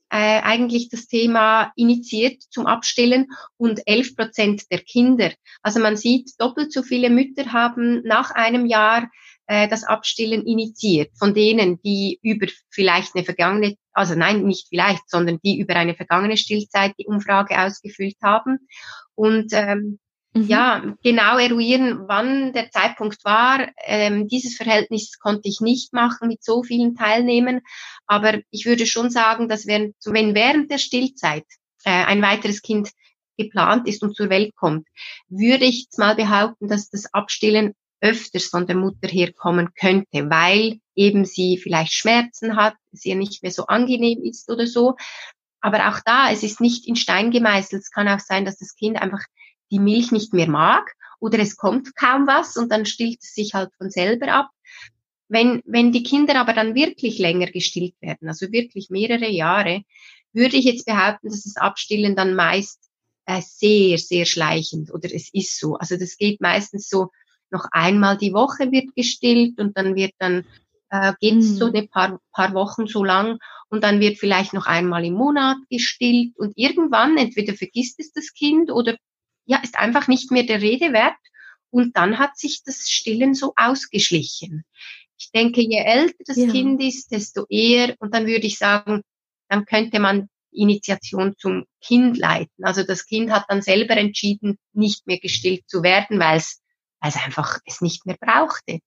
eigentlich das Thema initiiert zum Abstillen und 11% der Kinder. Also man sieht, doppelt so viele Mütter haben nach einem Jahr das Abstillen initiiert, von denen, die über vielleicht eine vergangene, also nein, nicht vielleicht, sondern die über eine vergangene Stillzeit die Umfrage ausgefüllt haben. Und ja, genau eruieren, wann der Zeitpunkt war. Dieses Verhältnis konnte ich nicht machen mit so vielen Teilnehmern, aber ich würde schon sagen, dass wenn während der Stillzeit ein weiteres Kind geplant ist und zur Welt kommt, würde ich jetzt mal behaupten, dass das Abstillen öfters von der Mutter herkommen könnte, weil eben sie vielleicht Schmerzen hat, es ihr nicht mehr so angenehm ist oder so. Aber auch da, es ist nicht in Stein gemeißelt. Es kann auch sein, dass das Kind einfach die Milch nicht mehr mag oder es kommt kaum was und dann stillt es sich halt von selber ab. Wenn die Kinder aber dann wirklich länger gestillt werden, also wirklich mehrere Jahre, würde ich jetzt behaupten, dass das Abstillen dann meist sehr, sehr schleichend oder es ist so. Also das geht meistens so, noch einmal die Woche wird gestillt und dann wird dann geht es so ein paar Wochen so lang und dann wird vielleicht noch einmal im Monat gestillt und irgendwann entweder vergisst es das Kind oder ja, ist einfach nicht mehr der Rede wert und dann hat sich das Stillen so ausgeschlichen. Ich denke, je älter das Kind ist, desto eher und dann würde ich sagen, dann könnte man Initiation zum Kind leiten. Also das Kind hat dann selber entschieden, nicht mehr gestillt zu werden, weil es einfach es nicht mehr brauchte.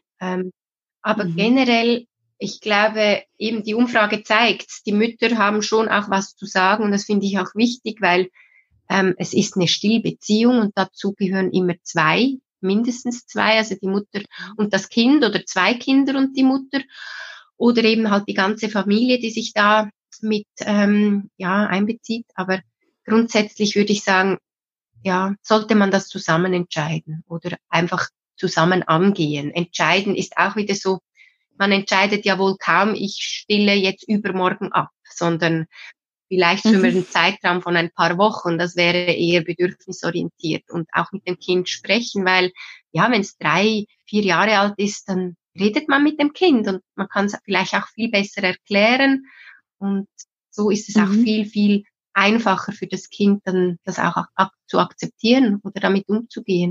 Aber generell, ich glaube, eben die Umfrage zeigt, die Mütter haben schon auch was zu sagen und das finde ich auch wichtig, weil es ist eine Stillbeziehung und dazu gehören immer mindestens zwei, also die Mutter und das Kind oder zwei Kinder und die Mutter oder eben halt die ganze Familie, die sich da mit einbezieht. Aber grundsätzlich würde ich sagen, ja, sollte man das zusammen entscheiden oder einfach zusammen angehen. Entscheiden ist auch wieder so, man entscheidet ja wohl kaum, ich stille jetzt übermorgen ab, sondern vielleicht für einen Zeitraum von ein paar Wochen. Das wäre eher bedürfnisorientiert und auch mit dem Kind sprechen, weil ja, wenn es 3, 4 Jahre alt ist, dann redet man mit dem Kind und man kann es vielleicht auch viel besser erklären und so ist es auch viel, viel einfacher für das Kind, dann das auch zu akzeptieren oder damit umzugehen.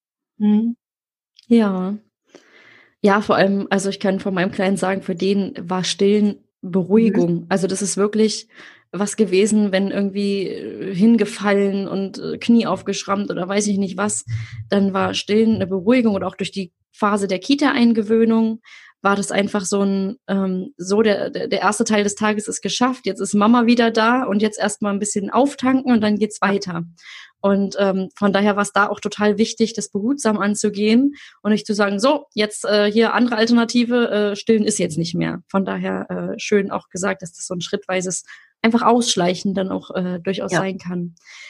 Ja. Ja, vor allem, also ich kann von meinem Kleinen sagen, für den war Stillen Beruhigung. Also das ist wirklich was gewesen, wenn irgendwie hingefallen und Knie aufgeschrammt oder weiß ich nicht was, dann war Stillen eine Beruhigung und auch durch die Phase der Kita-Eingewöhnung war das einfach so ein, der erste Teil des Tages ist geschafft, jetzt ist Mama wieder da und jetzt erstmal ein bisschen auftanken und dann geht's weiter. Und von daher war es da auch total wichtig, das behutsam anzugehen und nicht zu sagen, so, jetzt hier andere Alternative, stillen ist jetzt nicht mehr. Von daher schön auch gesagt, dass das so ein schrittweises, einfach Ausschleichen dann auch durchaus sein kann.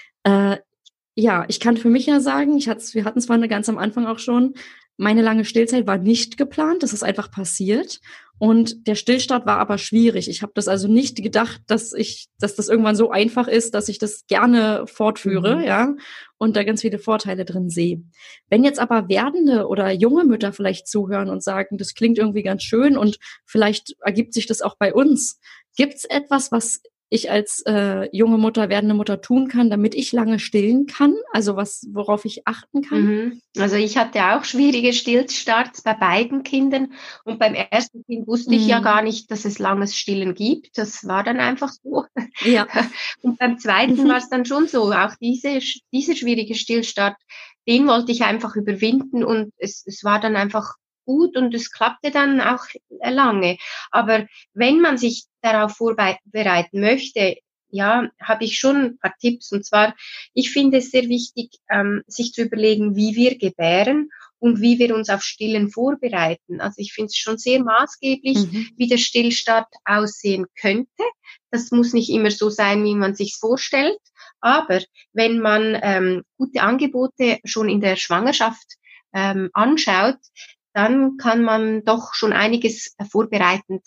Ja, ich kann für mich ja sagen, wir hatten es vorhin ganz am Anfang auch schon, meine lange Stillzeit war nicht geplant, das ist einfach passiert. Und der Stillstart war aber schwierig. Ich habe das also nicht gedacht, dass das irgendwann so einfach ist, dass ich das gerne fortführe, ja, und da ganz viele Vorteile drin sehe. Wenn jetzt aber werdende oder junge Mütter vielleicht zuhören und sagen, das klingt irgendwie ganz schön und vielleicht ergibt sich das auch bei uns. Gibt's etwas, was ich als junge Mutter, werdende Mutter tun kann, damit ich lange stillen kann? Also worauf ich achten kann? Also ich hatte auch schwierige Stillstarts bei beiden Kindern und beim ersten Kind wusste ich ja gar nicht, dass es langes Stillen gibt. Das war dann einfach so. Ja. Und beim zweiten war es dann schon so. Auch dieser schwierige Stillstart, den wollte ich einfach überwinden und es war dann einfach gut und es klappte dann auch lange. Aber wenn man sich darauf vorbereiten möchte, ja, habe ich schon ein paar Tipps. Und zwar, ich finde es sehr wichtig, sich zu überlegen, wie wir gebären und wie wir uns auf Stillen vorbereiten. Also ich finde es schon sehr maßgeblich, wie der Stillstart aussehen könnte. Das muss nicht immer so sein, wie man sich's vorstellt. Aber wenn man gute Angebote schon in der Schwangerschaft anschaut, dann kann man doch schon einiges vorbereitend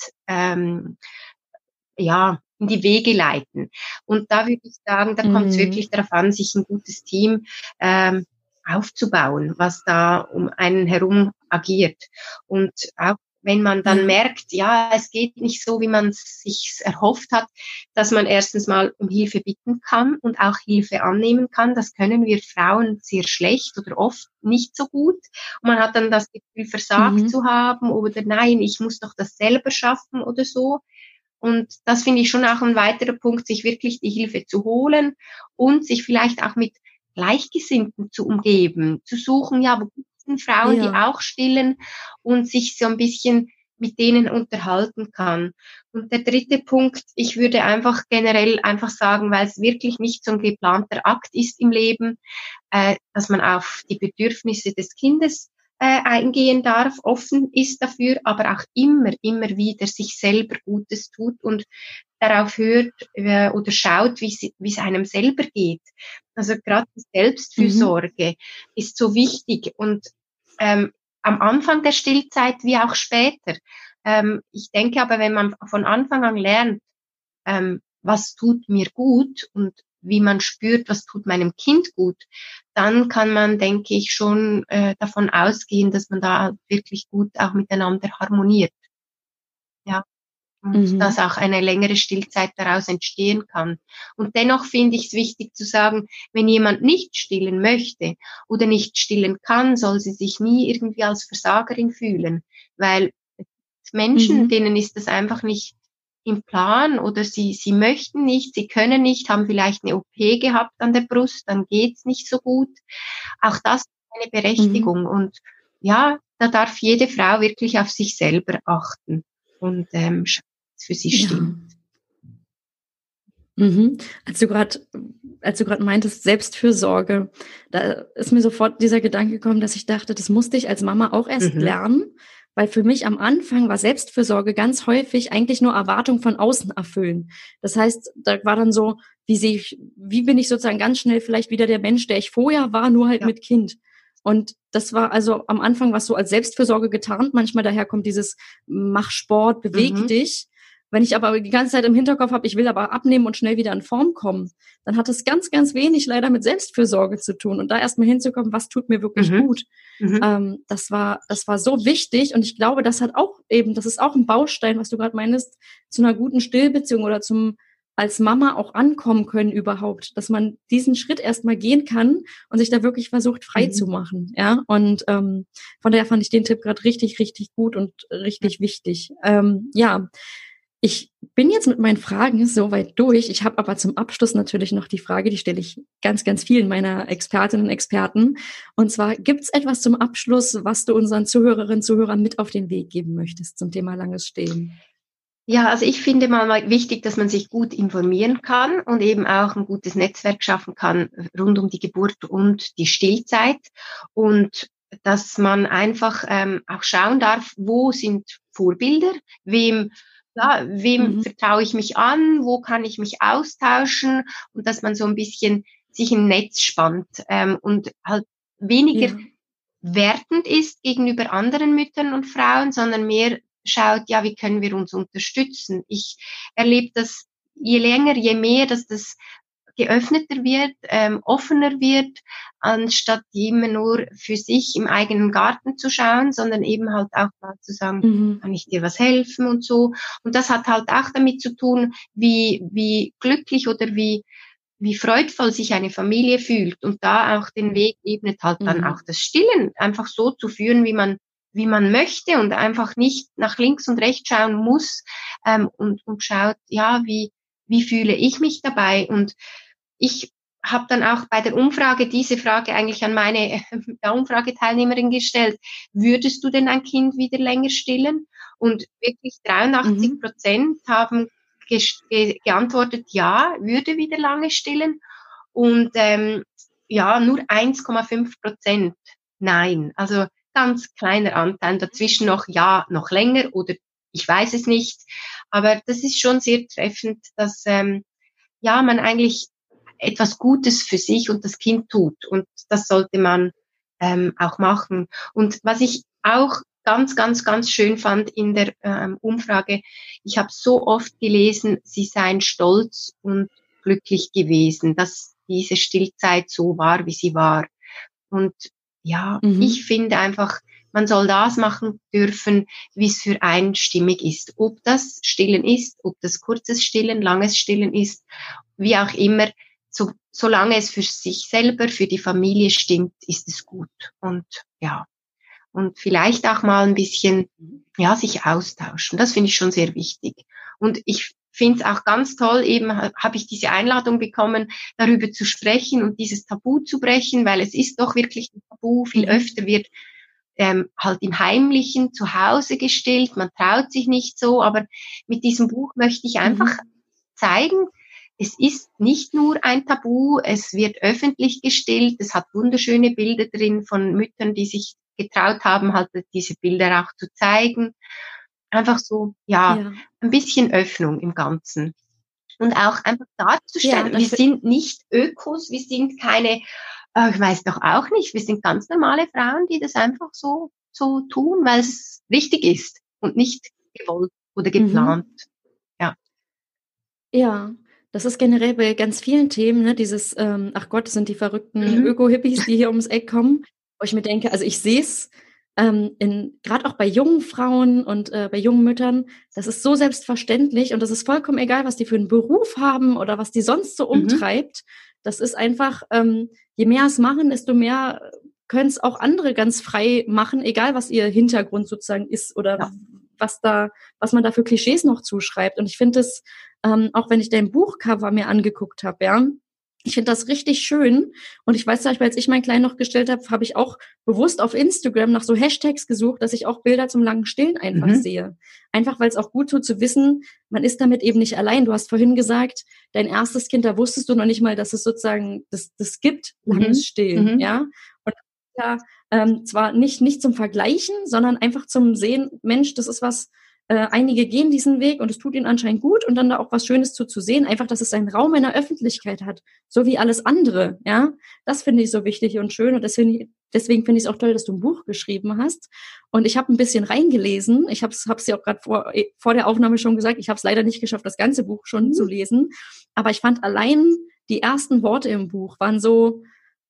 in die Wege leiten. Und da würde ich sagen, da kommt es wirklich darauf an, sich ein gutes Team aufzubauen, was da um einen herum agiert. Und auch wenn man dann Ja. merkt, ja, es geht nicht so, wie man es sich erhofft hat, dass man erstens mal um Hilfe bitten kann und auch Hilfe annehmen kann. Das können wir Frauen sehr schlecht oder oft nicht so gut. Und man hat dann das Gefühl, versagt zu haben oder nein, ich muss doch das selber schaffen oder so. Und das finde ich schon auch ein weiterer Punkt, sich wirklich die Hilfe zu holen und sich vielleicht auch mit Gleichgesinnten zu umgeben, zu suchen, ja, wo gibt es denn Frauen, die Ja. auch stillen und sich so ein bisschen mit denen unterhalten kann. Und der dritte Punkt, ich würde einfach generell einfach sagen, weil es wirklich nicht so ein geplanter Akt ist im Leben, dass man auf die Bedürfnisse des Kindes eingehen darf, offen ist dafür, aber auch immer wieder sich selber Gutes tut und darauf hört oder schaut, wie es einem selber geht. Also gerade die Selbstfürsorge ist so wichtig und am Anfang der Stillzeit wie auch später. Ich denke aber, wenn man von Anfang an lernt, was tut mir gut und wie man spürt, was tut meinem Kind gut, dann kann man, denke ich, schon davon ausgehen, dass man da wirklich gut auch miteinander harmoniert. Ja. Und dass auch eine längere Stillzeit daraus entstehen kann. Und dennoch finde ich es wichtig zu sagen, wenn jemand nicht stillen möchte oder nicht stillen kann, soll sie sich nie irgendwie als Versagerin fühlen, weil Menschen, denen ist das einfach nicht im Plan oder sie möchten nicht, sie können nicht, haben vielleicht eine OP gehabt an der Brust, dann geht's nicht so gut. Auch das ist eine Berechtigung und ja, da darf jede Frau wirklich auf sich selber achten und für sie stimmt. Als du gerade meintest, Selbstfürsorge, da ist mir sofort dieser Gedanke gekommen, dass ich dachte, das musste ich als Mama auch erst lernen, weil für mich am Anfang war Selbstfürsorge ganz häufig eigentlich nur Erwartung von außen erfüllen. Das heißt, da war dann so, wie bin ich sozusagen ganz schnell vielleicht wieder der Mensch, der ich vorher war, nur halt mit Kind. Und das war also am Anfang was so als Selbstfürsorge getarnt. Manchmal daher kommt dieses mach Sport, beweg dich. Wenn ich aber die ganze Zeit im Hinterkopf habe, ich will aber abnehmen und schnell wieder in Form kommen, dann hat es ganz, ganz wenig leider mit Selbstfürsorge zu tun. Und da erstmal hinzukommen, was tut mir wirklich gut. Das war so wichtig. Und ich glaube, das ist auch ein Baustein, was du gerade meinst, zu einer guten Stillbeziehung oder als Mama auch ankommen können überhaupt, dass man diesen Schritt erstmal gehen kann und sich da wirklich versucht, frei zu machen. Ja, und von daher fand ich den Tipp gerade richtig, richtig gut und richtig wichtig. Ich bin jetzt mit meinen Fragen soweit durch. Ich habe aber zum Abschluss natürlich noch die Frage, die stelle ich ganz, ganz vielen meiner Expertinnen und Experten. Und zwar, gibt es etwas zum Abschluss, was du unseren Zuhörerinnen und Zuhörern mit auf den Weg geben möchtest zum Thema langes Stillen? Ja, also ich finde mal wichtig, dass man sich gut informieren kann und eben auch ein gutes Netzwerk schaffen kann rund um die Geburt und die Stillzeit und dass man einfach auch schauen darf, wo sind Vorbilder, wem vertraue ich mich an, wo kann ich mich austauschen und dass man so ein bisschen sich ein Netz spannt und halt weniger wertend ist gegenüber anderen Müttern und Frauen, sondern mehr schaut, ja, wie können wir uns unterstützen. Ich erlebe das je länger, je mehr, dass das geöffneter wird, offener wird, anstatt immer nur für sich im eigenen Garten zu schauen, sondern eben halt auch mal zu sagen, kann ich dir was helfen und so. Und das hat halt auch damit zu tun, wie glücklich oder wie freudvoll sich eine Familie fühlt und da auch den Weg ebnet halt dann auch das Stillen einfach so zu führen, wie man möchte und einfach nicht nach links und rechts schauen muss und schaut, ja, wie fühle ich mich dabei? Und ich habe dann auch bei der Umfrage diese Frage eigentlich an meine Umfrageteilnehmerin gestellt. Würdest du denn ein Kind wieder länger stillen? Und wirklich 83% haben geantwortet, ja, würde wieder lange stillen. Und nur 1,5% nein. Also ganz kleiner Anteil. Dazwischen noch ja, noch länger oder ich weiß es nicht. Aber das ist schon sehr treffend, dass man eigentlich etwas Gutes für sich und das Kind tut. Und das sollte man auch machen. Und was ich auch ganz, ganz, ganz schön fand in der Umfrage, ich habe so oft gelesen, sie seien stolz und glücklich gewesen, dass diese Stillzeit so war, wie sie war. Und ja, ich finde einfach, man soll das machen dürfen, wie es für einen stimmig ist. Ob das Stillen ist, ob das kurzes Stillen, langes Stillen ist, wie auch immer, solange es für sich selber, für die Familie stimmt, ist es gut. Und ja, und vielleicht auch mal ein bisschen, ja, sich austauschen. Das finde ich schon sehr wichtig. Und ich finde es auch ganz toll, eben habe ich diese Einladung bekommen, darüber zu sprechen und dieses Tabu zu brechen, weil es ist doch wirklich ein Tabu. Viel öfter wird halt im Heimlichen zu Hause gestillt, man traut sich nicht so, aber mit diesem Buch möchte ich einfach zeigen, es ist nicht nur ein Tabu, es wird öffentlich gestillt, es hat wunderschöne Bilder drin von Müttern, die sich getraut haben, halt diese Bilder auch zu zeigen. Einfach so, ja, ein bisschen Öffnung im Ganzen. Und auch einfach darzustellen, wir sind nicht Ökos, wir sind keine, ich weiß doch auch nicht, wir sind ganz normale Frauen, die das einfach so tun, weil es richtig ist und nicht gewollt oder geplant. Ja, das ist generell bei ganz vielen Themen, ne, dieses, ach Gott, das sind die verrückten Öko-Hippies, die hier ums Eck kommen, wo ich mir denke, also ich sehe es gerade auch bei jungen Frauen und bei jungen Müttern, das ist so selbstverständlich und das ist vollkommen egal, was die für einen Beruf haben oder was die sonst so umtreibt. Das ist einfach, je mehr es machen, desto mehr können es auch andere ganz frei machen, egal was ihr Hintergrund sozusagen ist oder was man da für Klischees noch zuschreibt. Und ich finde es, auch wenn ich dein Buchcover mir angeguckt habe, ja, ich finde das richtig schön. Und ich weiß zum Beispiel, als ich meinen Kleinen noch gestellt habe, habe ich auch bewusst auf Instagram nach so Hashtags gesucht, dass ich auch Bilder zum langen Stillen einfach sehe. Einfach, weil es auch gut tut zu wissen, man ist damit eben nicht allein. Du hast vorhin gesagt, dein erstes Kind, da wusstest du noch nicht mal, dass es sozusagen das gibt, langes Stillen, ja. Und ja, zwar nicht zum Vergleichen, sondern einfach zum Sehen, Mensch, das ist was, einige gehen diesen Weg und es tut ihnen anscheinend gut und dann da auch was Schönes zu sehen, einfach, dass es einen Raum in der Öffentlichkeit hat, so wie alles andere, ja, das finde ich so wichtig und schön und deswegen finde ich es auch toll, dass du ein Buch geschrieben hast und ich habe ein bisschen reingelesen, ich hab's ja auch gerade vor der Aufnahme schon gesagt, ich habe es leider nicht geschafft, das ganze Buch schon zu lesen, aber ich fand allein die ersten Worte im Buch waren so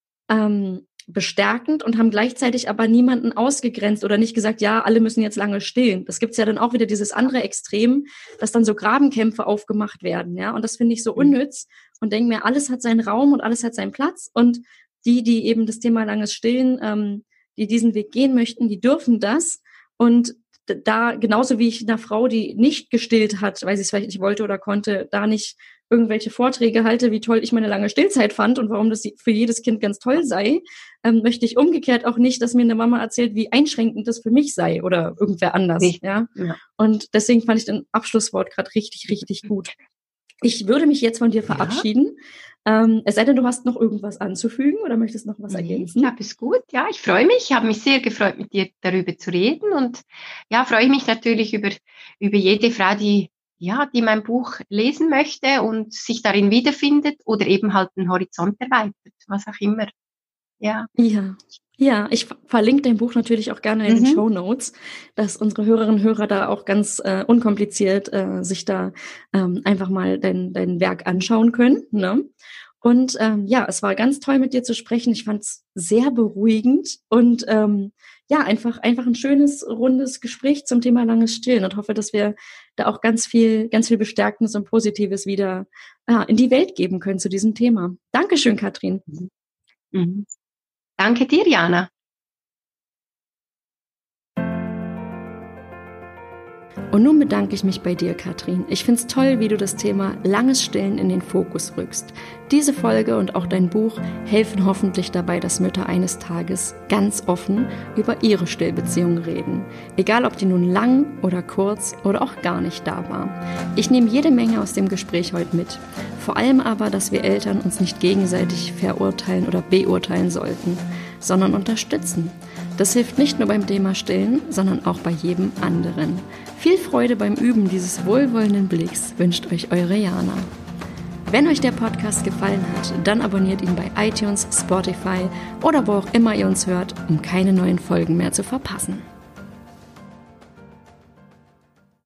bestärkend und haben gleichzeitig aber niemanden ausgegrenzt oder nicht gesagt, ja, alle müssen jetzt lange stillen. Das gibt's ja dann auch wieder dieses andere Extrem, dass dann so Grabenkämpfe aufgemacht werden, ja. Und das finde ich so unnütz und denke mir, alles hat seinen Raum und alles hat seinen Platz und die eben das Thema langes Stillen, die diesen Weg gehen möchten, die dürfen das und da genauso wie ich einer Frau, die nicht gestillt hat, weil sie es vielleicht nicht wollte oder konnte, da nicht irgendwelche Vorträge halte, wie toll ich meine lange Stillzeit fand und warum das für jedes Kind ganz toll sei, möchte ich umgekehrt auch nicht, dass mir eine Mama erzählt, wie einschränkend das für mich sei oder irgendwer anders. Ja. Und deswegen fand ich den Abschlusswort gerade richtig, richtig gut. Ich würde mich jetzt von dir verabschieden. Es sei denn, du hast noch irgendwas anzufügen oder möchtest noch was ergänzen? Ich glaube, ist gut. Ja, ich freue mich. Ich habe mich sehr gefreut, mit dir darüber zu reden und ja, freue mich natürlich über jede Frau, die mein Buch lesen möchte und sich darin wiederfindet oder eben halt den Horizont erweitert, was auch immer. Ja. Ja, ich verlinke dein Buch natürlich auch gerne in den Shownotes, dass unsere Hörerinnen und Hörer da auch ganz unkompliziert sich da einfach mal dein Werk anschauen können. Ne? Und es war ganz toll, mit dir zu sprechen. Ich fand es sehr beruhigend und einfach ein schönes, rundes Gespräch zum Thema langes Stillen und hoffe, dass wir da auch ganz viel Bestärkendes und Positives wieder in die Welt geben können zu diesem Thema. Dankeschön, Katrin. Danke dir, Jana. Und nun bedanke ich mich bei dir, Katrin. Ich finde es toll, wie du das Thema langes Stillen in den Fokus rückst. Diese Folge und auch dein Buch helfen hoffentlich dabei, dass Mütter eines Tages ganz offen über ihre Stillbeziehung reden. Egal, ob die nun lang oder kurz oder auch gar nicht da war. Ich nehme jede Menge aus dem Gespräch heute mit. Vor allem aber, dass wir Eltern uns nicht gegenseitig verurteilen oder beurteilen sollten, sondern unterstützen. Das hilft nicht nur beim Thema Stillen, sondern auch bei jedem anderen. Viel Freude beim Üben dieses wohlwollenden Blicks wünscht euch eure Jana. Wenn euch der Podcast gefallen hat, dann abonniert ihn bei iTunes, Spotify oder wo auch immer ihr uns hört, um keine neuen Folgen mehr zu verpassen.